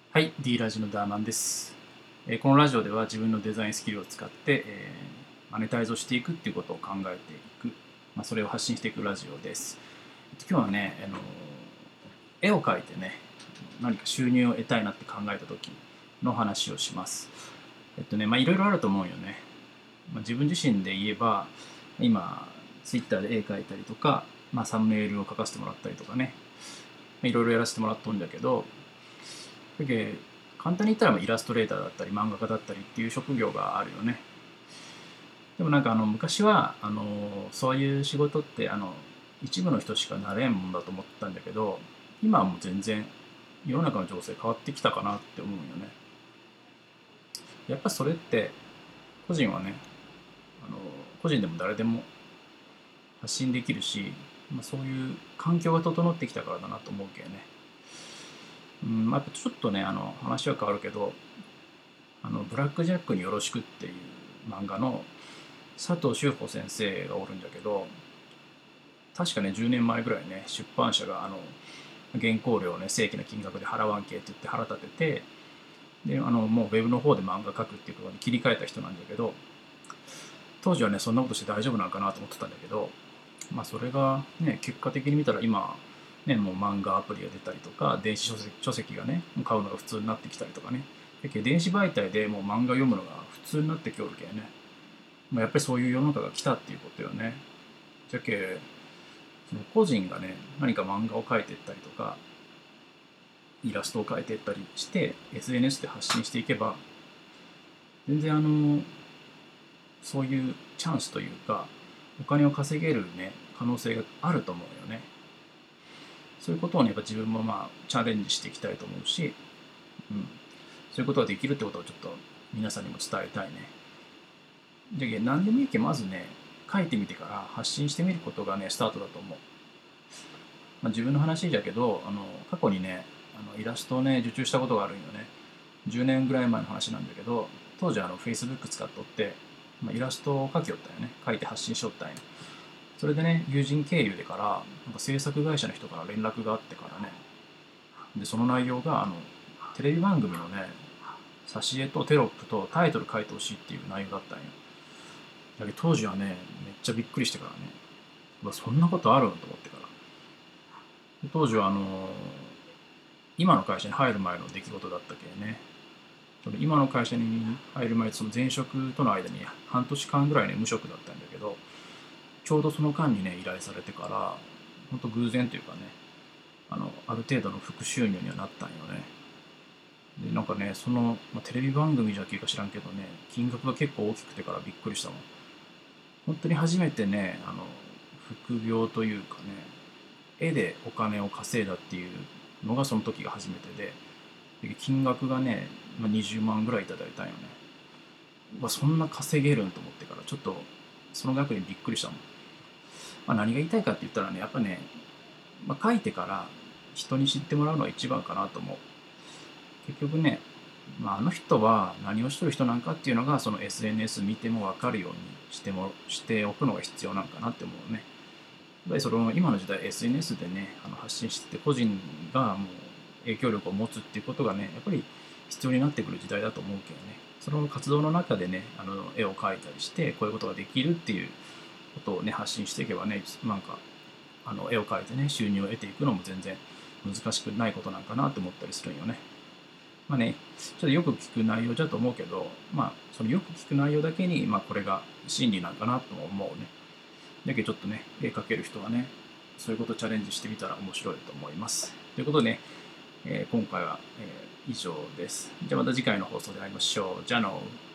はい、D ラジのダーマンです。このラジオでは自分のデザインスキルを使って、マネタイズをしていくっていうことを考えていく、それを発信していくラジオです。今日はね、絵を描いてね、何か収入を得たいなって考えた時の話をします。いろいろあると思うよね。自分自身で言えば、今、ツイッターで絵描いたりとか、サムネイルを書かせてもらったりとかね、いろいろやらせてもらっとんだけど、だけ簡単に言ったらイラストレーターだったり漫画家だったりっていう職業があるよね。でも昔はそういう仕事って一部の人しかなれんもんだと思ったんだけど、今はもう全然世の中の情勢変わってきたかなって思うよね。やっぱそれって個人はね、あの個人でも誰でも発信できるし、そういう環境が整ってきたからだなと思うけどね。やっぱちょっとね話は変わるけど、ブラック・ジャックによろしくっていう漫画の佐藤修穂先生がおるんだけど、確かね10年前ぐらいね出版社が原稿料をね正規な金額で払わんけって言って腹立てて、でもうウェブの方で漫画描くっていうことに切り替えた人なんだけど、当時はねそんなことして大丈夫なのかなと思ってたんだけど、それがね結果的に見たら今ねもう漫画アプリが出たりとか電子書籍がね買うのが普通になってきたりとかね、電子媒体でもう漫画読むのが普通になってきおるけね、やっぱりそういう世の中が来たっていうことよね。じゃけその個人がね何か漫画を描いていったりとかイラストを描いていったりして SNS で発信していけば、全然そういうチャンスというかお金を稼げるね可能性があると思うよね。そういうことをねやっぱ自分もチャレンジしていきたいと思うし、そういうことができるってことをちょっと皆さんにも伝えたいね。で何でもいいけまずね書いてみてから発信してみることがねスタートだと思う。自分の話だけど過去にねイラストをね受注したことがあるんよね。10年ぐらい前の話なんだけど、当時Facebook 使っとって、イラストを描きよったよね。描いて発信しよったんよ。それでね友人経由でから制作会社の人から連絡があってからね、でその内容がテレビ番組のね挿絵とテロップとタイトル書いてほしいっていう内容だったんよ。だけど当時はねめっちゃびっくりしてからね、そんなことあるんと思ってから、当時は今の会社に入る前の出来事だったけね。今の会社に入る前、その前職との間に半年間ぐらいね無職だったんだけど、ちょうどその間にね依頼されてから、本当偶然というかね、ある程度の副収入にはなったんよね。でその、テレビ番組じゃっけか知らんけどね金額が結構大きくてからびっくりしたもん。本当に初めてね副業というかね、絵でお金を稼いだっていうのがその時が初めてで、金額がね、20万ぐらいいただいたんよね。そんな稼げるんと思ってからちょっとその額にびっくりしたもん。何が言いたいかって言ったらねやっぱね、書いてから人に知ってもらうのが一番かなと思う。結局ね、あの人は何をしてる人なんかっていうのがその SNS 見ても分かるようにしておくのが必要なんかなって思うね。やっぱりその今の時代 SNS でね発信してて個人がもう影響力を持つっていうことがねやっぱり必要になってくる時代だと思うけどね、その活動の中でね絵を描いたりしてこういうことができるっていうことをね発信していけばね、絵を描いてね収入を得ていくのも全然難しくないことなんかなと思ったりするんよね。ちょっとよく聞く内容だと思うけど、そのよく聞く内容だけに、これが真理なんかなとも思うね。だけどちょっとね、絵描ける人はね、そういうことをチャレンジしてみたら面白いと思います。ということでね、今回は、以上です。じゃあまた次回の放送で会いましょう。じゃあの